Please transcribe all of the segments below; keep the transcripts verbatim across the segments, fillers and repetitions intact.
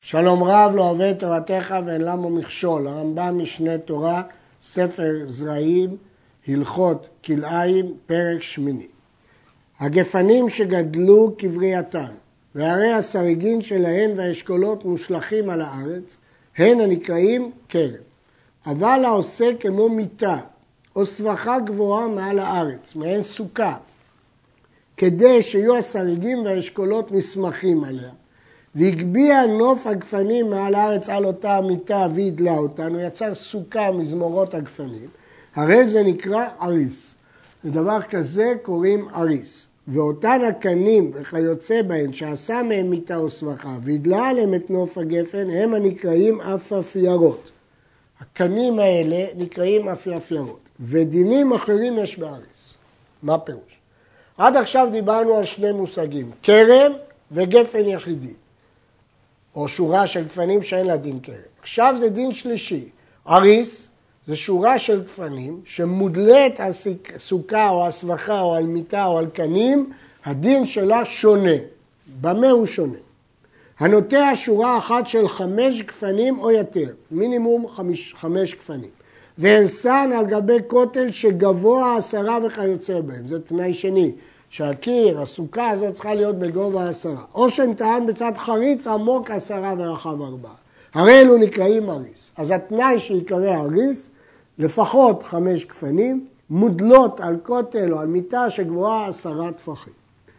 שלום רב לא אוהב את תורתך ואין למו מכשול. הרמב"ם משנה תורה, ספר זרעים, הלכות כלאיים, פרק שמיני. הגפנים שגדלו כברייתן, והרי הסריגין שלהן והאשכולות מושלכים על הארץ, הן הנקראים כרם. אבל העושה כמו מיטה, או סבכה גבוהה מעל הארץ, מעין סוכה, כדי שיהיו הסריגים והאשכולות נסמכים עליה. והגביע נוף הגפנים מעל הארץ על אותה המיטה והדלה אותן, הוא יצר סוכה מזמורות הגפנים, הרי זה נקרא עריס. לדבר כזה קוראים עריס. ואותן הקנים וכיוצא בהן שעשה מהם מיטה או סבכה והדלה עליהם את נוף הגפן, הם הנקראים אפיירות. הקנים האלה נקראים אפיירות. ודינים אחרים יש באריס. מה פירוש? עד עכשיו דיברנו על שני מושגים, כרם וגפן יחידי. או שורה של גפנים שאין לה דין כרם. עכשיו זה דין שלישי. עריס זה שורה של גפנים שמודלת על סוכה או על סבכה או על מיטה או על קנים, הדין שלה שונה. במה הוא שונה? הנוטע שורה אחת של חמש גפנים או יותר, מינימום חמש, חמש גפנים. והרסן על גבי כותל שגבוה עשרה וכיוצא בהם. זה תנאי שני. שהקיר, הסוכה הזאת צריכה להיות בגובה עשרה. או שנטען בצד חריץ עמוק עשרה ורחב ארבעה. הרי אלו נקראים עריס. אז התנאי שיקרא עריס, לפחות חמש גפנים, מודלות על כותל או על מיטה שגבוהה עשרה טפחים.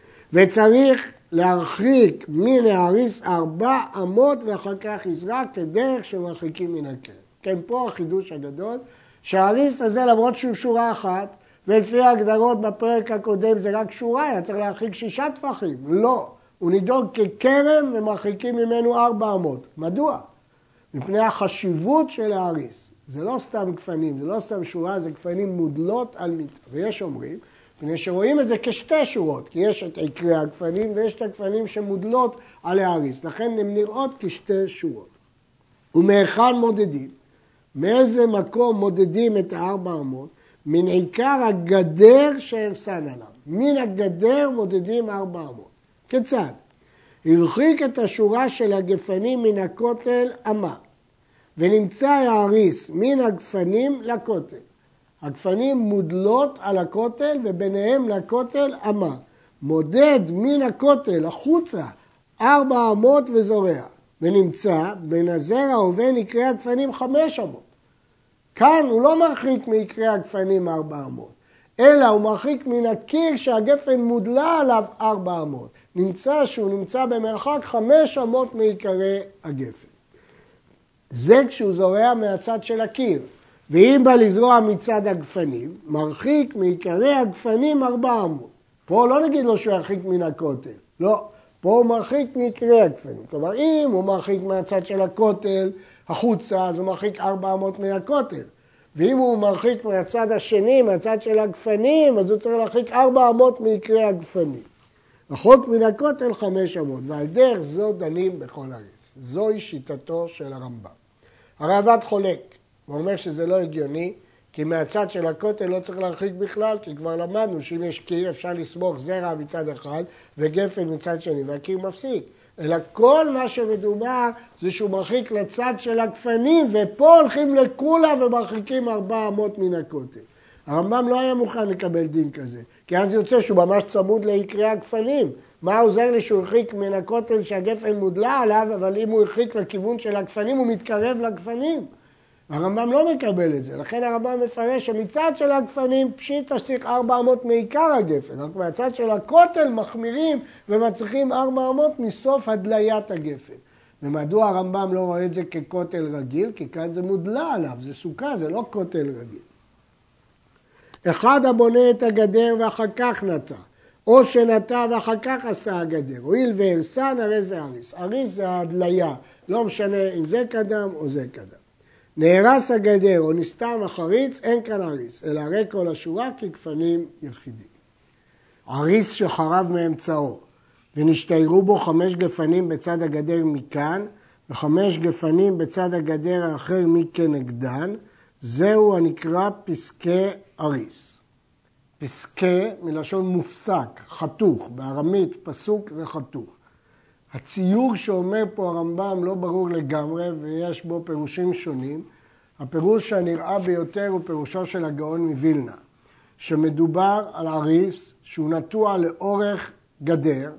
וצריך להרחיק מן העריס ארבע אמות ואחר כך יזרק כדרך שמרחיקים מן הקר. כן, פה החידוש הגדול, שהעריס הזה למרות שהוא שורה אחת, ולפי ההגדרות בפרק הקודם זה רק שורה, היה צריך להרחיק שישה טפחים. לא, הוא נידון ככרם ומרחיקים ממנו ארבע אמות. מדוע? מפני החשיבות של העריס. זה לא סתם גפנים, זה לא סתם שורה, זה גפנים מודלות על מיטה. ויש אומרים, מפני שרואים את זה כשתי שורות, כי יש את עיקרי הגפנים ויש את הגפנים שמודלות על העריס. לכן הן נראות כשתי שורות. ומאחד מודדים, מאיזה מקום מודדים את הארבע אמות? מן עיקר הגדר שהרסן עליו. מן הגדר מודדים ארבע אמות. כיצד? הרחיק את השורה של הגפנים מן הכותל אמה, ונמצא העריס מן הגפנים לכותל. הגפנים מודלות על הכותל וביניהם לכותל אמה. מודד מן הכותל החוצה ארבע אמות וזורע. ונמצא בין הזרע ובין עיקרי הגפנים חמש אמות. כאן הוא לא מרחיק מעיקרי הגפנים ארבע אמות, אלא הוא מרחיק מן הקיר שהגפן מודלה עליו ארבע אמות. נמצא שהוא נמצא במרחק חמש אמות מעיקרי הגפן. זה כשהוא זורע מהצד של הקיר. ואם בא לזרוע מצד הגפנים, מרחיק מעיקרי הגפנים ארבע אמות. פה לא נגיד לו שהוא ירחיק מן הכותל. לא, פה הוא מרחיק מעיקרי הגפנים. כלומר, אם הוא מרחיק מהצד של הכותל, החוצה, אז הוא מרחיק ארבע אמות מהכותל. ואם הוא מרחיק מהצד השני, מהצד של הגפנים, אז הוא צריך להרחיק ארבע אמות מעיקרי הגפנים. רחוק מן הכותל חמש אמות, ועל דרך זו דנים בכל ארץ. זוהי שיטתו של הרמב"ם. הרעב"ד חולק, הוא אומר שזה לא הגיוני, כי מהצד של הכותל לא צריך להרחיק בכלל, כי כבר למדנו שאם יש קיר אפשר לסמוך זרע מצד אחד וגפן מצד שני, והקיר מפסיק. אלא כל מה שמדובר זה שהוא מרחיק לצד של הגפנים, ופה הולכים לקולה ומרחיקים ארבע אמות מן הכותל. הרמב"ם לא היה מוכן לקבל דין כזה, כי אז יוצא שהוא ממש צמוד לעיקרי הגפנים. מה עוזר לי שהוא הרחיק מן הכותל שהגפן מודלה עליו, אבל אם הוא הרחיק לכיוון של הגפנים הוא מתקרב לגפנים. הרמב"ם לא מקבל את זה, לכן הרמב"ם מפרש שמצד של הגפנים פשיטא שצריך ארבע אמות מעיקר הגפן, רק מהצד של הכותל מחמירים ומצריכים ארבע אמות מסוף הדליית הגפן. ומדוע הרמב"ם לא רואה את זה ככותל רגיל? כי כאן זה מודלה עליו, זה סוכה, זה לא כותל רגיל. אחד הבונה את הגדר ואחר כך נטע, או שנטע ואחר כך עשה הגדר, הואיל והרסן הרי זה עריס. עריס זה ההדליה, לא משנה אם זה קדם או זה קדם. נהרס הגדר או נסתם החריץ, אין כאן עריס, אלא הרי כל השורה כגפנים יחידים. עריס שחרב מאמצעו, ונשתיירו בו חמש גפנים בצד הגדר מכאן, וחמש גפנים בצד הגדר האחר מכנגדן, זהו הנקרא פסקי עריס. פסקי מלשון מופסק, חתוך, בארמית פסוק זה חתוך. הציור שאומר פה הרמב"ם לא ברור לגמרי ויש בו פירושים שונים. הפירוש הנראה ביותר הוא פירושו של הגאון מווילנה, שמדובר על עריס שהוא נטוע לאורך גדר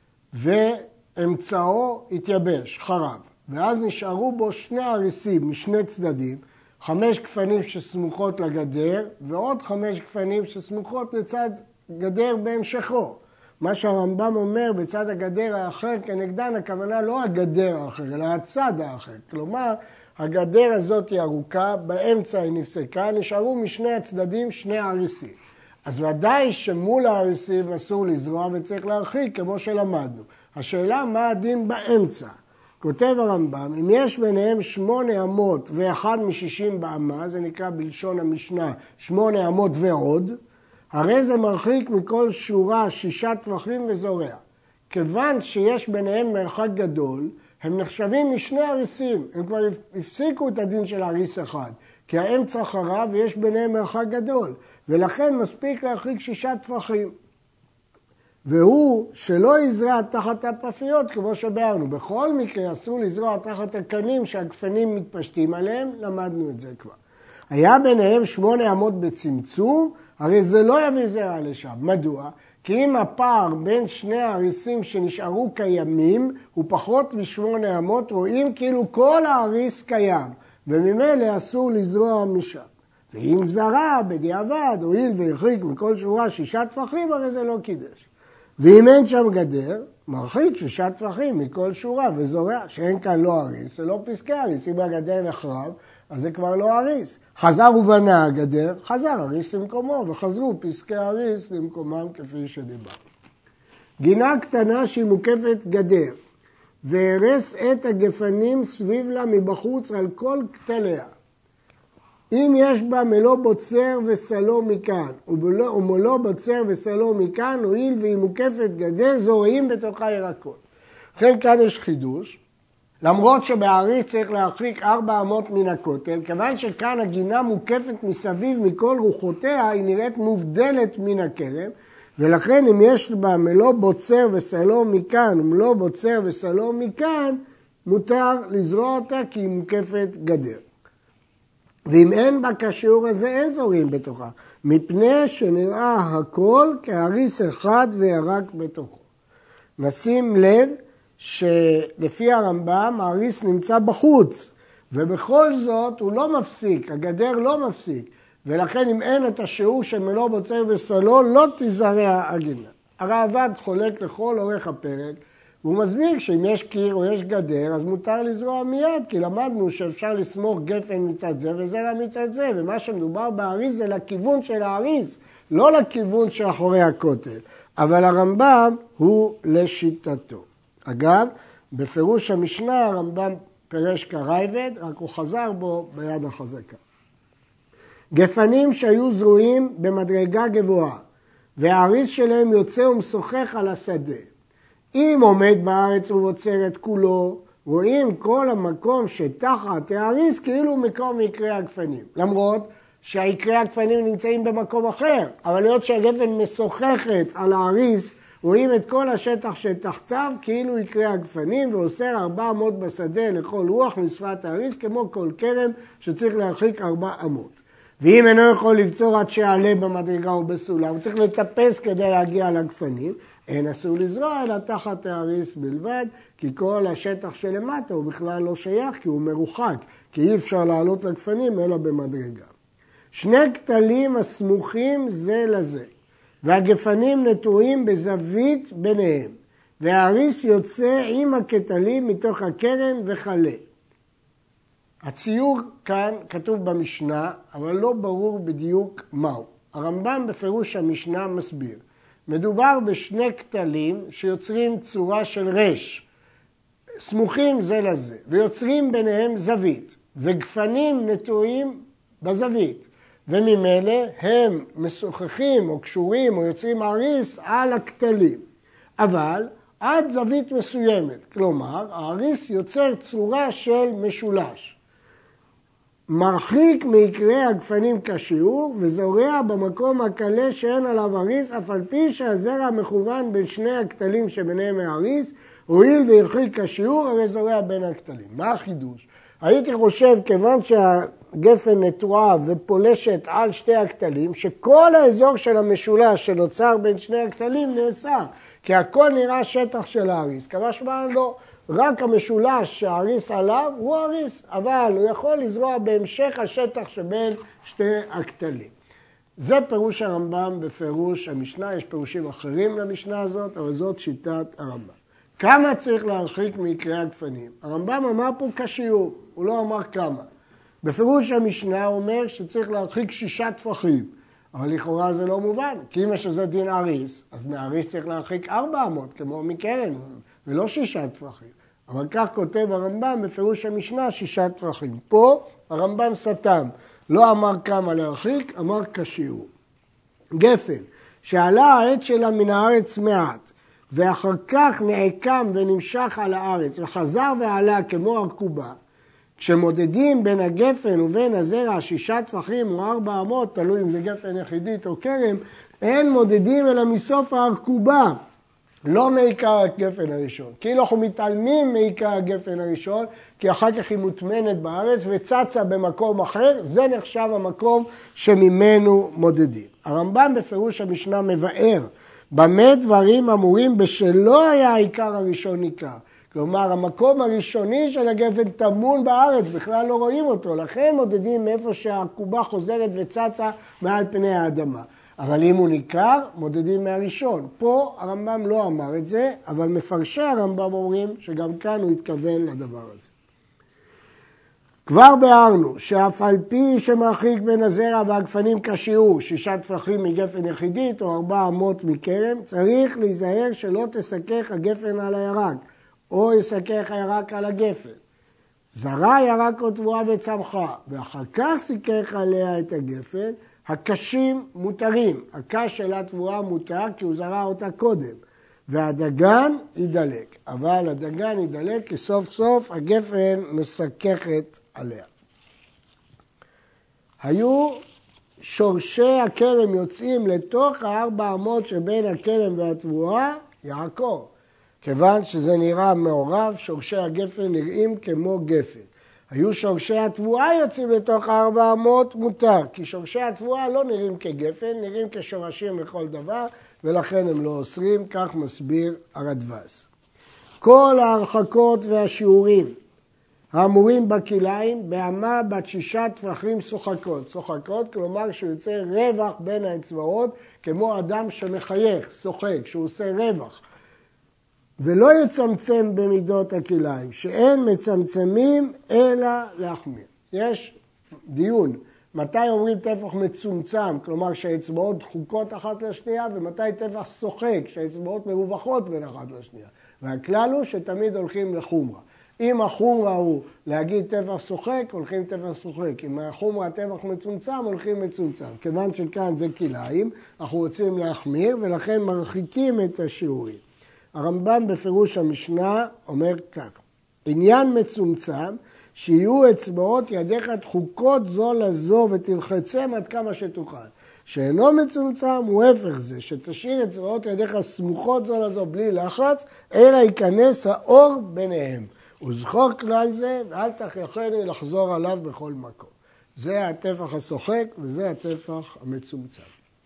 ואמצעו התייבש, חרב, ואז נשארו בו שני עריסים משני צדדים, חמש גפנים שסמוכות לגדר ועוד חמש גפנים שסמוכות לצד גדר בהמשכו. מה שהרמב"ם אומר בצד הגדר האחר כנגדן, הכוונה לא הגדר האחר, אלא הצד האחר. כלומר, הגדר הזאת היא ארוכה, באמצע היא נפסקה, נשארו משני הצדדים שני עריסים. אז ודאי שמול העריסים אסור לזרוע וצריך להרחיק, כמו שלמדנו. השאלה מה הדין באמצע. כותב הרמב"ם, אם יש ביניהם שמונה אמות ואחד משישים באמה, זה נקרא בלשון המשנה שמונה אמות ועוד, הרי זה מרחיק מכל שורה שישה טווחים וזורע. כיוון שיש ביניהם מרחק גדול, הם נחשבים משני עריסים, הם כבר הפסיקו את הדין של עריס אחד, כי האמצע חרב ויש ביניהם מרחק גדול, ולכן מספיק להרחיק שישה טווחים. והוא שלא יזרע תחת הפפיות כמו שבארנו. בכל מקרה אסור לזרוע תחת הקנים שהגפנים מתפשטים עליהם, למדנו את זה כבר. היה ביניהם שמונה אמות בצמצום, הרי זה לא יביא זרע לשם. מדוע? כי אם הפער בין שני העריסים שנשארו קיימים הוא פחות משמונה אמות, רואים כאילו כל העריס קיים, וממילא אסור לזרוע משם. ואם זרע בדיעבד, הואיל והרחיק מכל שורה שישה טפחים, הרי זה לא קידש. ואם אין שם גדר, מרחיק שישה טפחים מכל שורה וזורע, שאין כאן לא עריס, זה לא פסקי עריס. אם הגדר נחרב, אז זה כבר לא עריס. חזר ובנה הגדר, חזר עריס למקומו, וחזרו פסקי עריס למקומם כפי שדיבר. גינה קטנה שהיא מוקפת גדר, והרס את הגפנים סביב לה מבחוץ על כל כתליה. אם יש בה מלוא בוצר וסלו מכאן, ומלוא בוצר וסלו מכאן, הואיל והיא מוקפת גדר, זורעים בתוכה ירקות. לכן כאן יש חידוש, למרות שבעריס צריך להרחיק ארבע אמות מן הכותל, כיוון שכאן הגינה מוקפת מסביב מכל רוחותיה, היא נראית מובדלת מן הכרם, ולכן אם יש בה מלוא בוצר וסלו מכאן, ומלוא בוצר וסלו מכאן, מותר לזרוע אותה כי היא מוקפת גדר. ואם אין בה כשיעור הזה, אין זורעים בתוכה, מפני שנראה הכל כעריס אחד וירק בתוכו. נשים לב שלפי הרמב"ם, העריס נמצא בחוץ, ובכל זאת הוא לא מפסיק, הגדר לא מפסיק, ולכן אם אין את השיעור של מלוא בוצר וסלו, לא תזרע הגינה. הראב"ד חולק לכל אורך הפרק, והוא מסביר שאם יש קיר או יש גדר, אז מותר לזרוע מיד, כי למדנו שאפשר לסמוך גפן מצד זה וזרע מצד זה, ומה שמדובר בעריס זה לכיוון של העריס, לא לכיוון שאחורי הכותל. אבל הרמב"ם הוא לשיטתו. אגב, בפירוש המשנה הרמב"ם פירש כרייבד, רק הוא חזר בו ביד החזקה. גפנים שהיו זרועים במדרגה גבוהה, והעריס שלהם יוצא ומשוחח על השדה. אם עומד בארץ ובוצר את כולו, רואים כל המקום שתחת העריס כאילו מקום עיקרי הגפנים. למרות שעיקרי הגפנים נמצאים במקום אחר, אבל להיות שהגפן משוחחת על העריס, רואים את כל השטח שתחתיו כאילו עיקרי הגפנים, ואוסר ארבע אמות בשדה לכל רוח משפת העריס, כמו כל כרם שצריך להרחיק ארבע אמות. ואם אינו יכול לבצור עד שיעלה במדרגה או בסולם, הוא צריך לטפס כדי להגיע לגפנים, אין אסור לזרוע אלא תחת העריס בלבד, כי כל השטח שלמטה הוא בכלל לא שייך, כי הוא מרוחק, כי אי אפשר לעלות לגפנים אלא במדרגה. שני כתלים הסמוכים זה לזה, והגפנים נטועים בזווית ביניהם, והעריס יוצא עם הכתלים מתוך הקרן וחלה. הציור כאן כתוב במשנה, אבל לא ברור בדיוק מהו. הרמב"ם בפירוש המשנה מסביר. מדובר בשני כתלים שיוצרים צורה של רש, סמוכים זה לזה, ויוצרים ביניהם זווית, וגפנים נטועים בזווית, וממילא הם משוחחים או קשורים או יוצרים עריס על הכתלים. אבל עד זווית מסוימת, כלומר העריס יוצר צורה של משולש. מרחיק מעיקרי הגפנים כשיעור וזורע במקום הקלה שאין עליו עריס, אף על פי שהזרע מכוון בין שני הכתלים שביניהם העריס, הואיל והרחיק השיעור, הרי זורע בין הכתלים. מה החידוש? הייתי חושב, כיוון שהגפן נטועה ופולשת על שתי הכתלים, שכל האזור של המשולש שנוצר בין שני הכתלים נאסר, כי הכל נראה שטח של האריס. כמשמע לא, רק המשולש שהאריס עליו הוא האריס, אבל הוא יכול לזרוע בהמשך השטח שבין שתי הכתלים. זה פירוש הרמב"ם בפירוש המשנה, יש פירושים אחרים למשנה הזאת, אבל זאת שיטת הרמב"ם. כמה צריך להרחיק מעיקרי הגפנים? הרמב"ם אמר פה כשיעור, הוא לא אמר כמה. בפירוש המשנה הוא אומר שצריך להרחיק שישה טפחים, אבל לכאורה זה לא מובן, כי אם יש לזה דין אריס, אז מאריס צריך להרחיק ארבע אמות, כמו מקרן, ולא שישה טפחים. אבל כך כותב הרמב"ם בפירוש המשנה שישה טפחים. פה הרמב"ם סתם, לא אמר כמה להרחיק, אמר כשיעור. גפן, שעלה העץ שלה מן הארץ מעט, ואחר כך נעקם ונמשך על הארץ, וחזר ועלה כמו ארכובה, כשמודדים בין הגפן ובין הזרע שישה טפחים או ארבע אמות, תלוי אם זה גפן יחידית או כרם, אין מודדים אלא מסוף הארכובה, לא מעיקר הגפן הראשון. כאילו אנחנו מתעלמים מעיקר הגפן הראשון, כי אחר כך היא מוטמנת בארץ וצצה במקום אחר, זה נחשב המקום שממנו מודדים. הרמב"ם בפירוש המשנה מבאר, במה דברים אמורים בשלא היה העיקר הראשון ניכר. כלומר, המקום הראשוני של הגפן טמון בארץ, בכלל לא רואים אותו, לכן מודדים מאיפה שהעקובה חוזרת וצצה מעל פני האדמה. אבל אם הוא ניכר, מודדים מהראשון. פה הרמב"ם לא אמר את זה, אבל מפרשי הרמב"ם אומרים שגם כאן הוא התכוון לדבר הזה. כבר ביארנו שאף על פי שמרחיק בין הזרע והגפנים כשיעור, שישה טפחים מגפן יחידית או ארבע אמות מכרם, צריך להיזהר שלא תסכך הגפן על הירק, או יסכך הירק על הגפן. זרע ירק או תבואה וצמחה, ואחר כך סיכך עליה את הגפן, הקשים מותרים. הקש של התבואה מותר כי הוא זרע אותה קודם, והדגן ידלק. אבל הדגן ידלק כי סוף סוף הגפן מסככת עליה. היו שורשי הכרם יוצאים לתוך הארבע אמות שבין הכרם והתבואה יעקור. כיוון שזה נראה מעורב, שורשי הגפן נראים כמו גפן. היו שורשי התבואה יוצאים לתוך הארבע אמות, מותר, כי שורשי התבואה לא נראים כגפן, נראים כשורשים לכל דבר, ולכן הם לא אוסרים, כך מסביר הרדב"ז. כל ההרחקות והשיעורים האמורים בכליים, באמה בת שישה טפחים שוחקות. שוחקות, כלומר שהוא יוצא רווח בין האצבעות, כמו אדם שמחייך, שוחק, שהוא עושה רווח. ולא יצמצם במידות הכליים, שאין מצמצמים אלא להחמיר. יש דיון, מתי אומרים טפח מצומצם, כלומר שהאצבעות דחוקות אחת לשנייה, ומתי טפח שוחק, שהאצבעות מרווחות בין אחת לשנייה. והכלל הוא שתמיד הולכים לחומרה. אם החומרה הוא להגיד טפח שוחק, הולכים טפח שוחק. אם החומרה טפח מצומצם, הולכים מצומצם. כיוון שכאן זה כליים, אנחנו רוצים להחמיר, ולכן מרחיקים את השיעורים. הרמב"ם בפירוש המשנה אומר כך, עניין מצומצם שיהיו אצבעות ידיך דחוקות זו לזו ותלחצם עד כמה שתוכל. שאינו מצומצם הוא הפך זה, שתשאיר אצבעות ידיך סמוכות זו לזו בלי לחץ, אלא ייכנס האור ביניהם. וזכור כלל זה ואל תכריחני לחזור עליו בכל מקום. זה הטפח השוחק וזה הטפח המצומצם.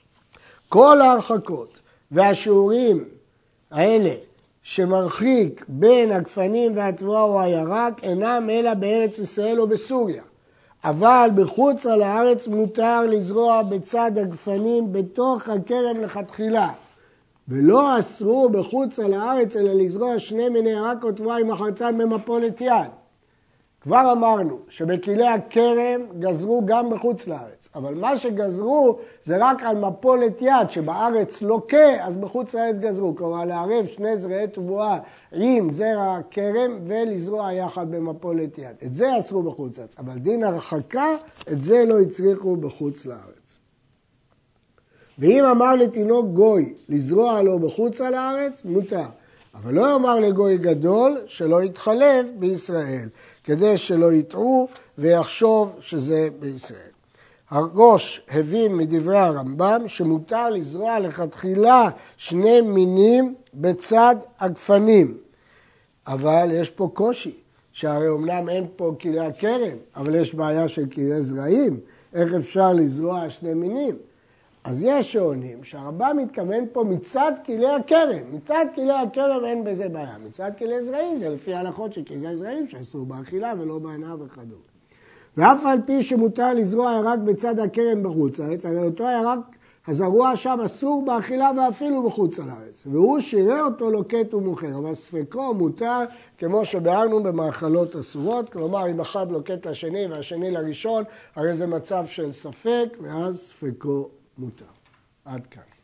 כל ההרחקות והשיעורים האלה שמרחיק בין הגפנים והתבואה או הירק אינם אלא בארץ ישראל או בסוריה. אבל בחוץ על הארץ מותר לזרוע בצד הגפנים בתוך הכרם לכתחילה. ולא אסרו בחוץ על הארץ אלא לזרוע שני מיני ירק או תבואה עם החרצן במפולת יד. כבר אמרנו שבכלי הכרם גזרו גם בחוץ לארץ, אבל מה שגזרו זה רק על מפולת יד, שבארץ לוקה, אז בחוץ לארץ גזרו. כלומר, לערב שני זרעי תבואה עם זרע הכרם ולזרוע יחד במפולת יד. את זה אסרו בחוץ לארץ, אבל דין הרחקה, את זה לא הצריכו בחוץ לארץ. ואם אמר לתינוק גוי לזרוע לו בחוץ לארץ, מותר. אבל לא אמר לגוי גדול שלא יתחלף בישראל, כדי שלא יטעו ויחשוב שזה בישראל. הראש הבין מדברי הרמב"ם שמותר לזרוע לכתחילה שני מינים בצד הגפנים. אבל יש פה קושי, שהרי אמנם אין פה כלי הכרם, אבל יש בעיה של כלי זרעים, איך אפשר לזרוע שני מינים? אז יש שעונים שהרמב"ם מתכוון פה מצד כלי הכרם, מצד כלי הכרם אין בזה בעיה, מצד כלי זרעים זה לפי ההלכות של כלי זרעים שאסור באכילה ולא בעיניו וכדומה. ואף על פי שמותר לזרוע ירק בצד הכרם בחוץ לארץ, הרי אותו ירק הזרוע שם אסור באכילה ואפילו בחוץ לארץ, והוא שירה אותו לוקט ומוכר, אבל ספקו מותר כמו שבארנו במאכלות אסורות, כלומר אם אחד לוקט לשני והשני לראשון, הרי זה מצב של ספק ואז ספקו מותר. עד כאן.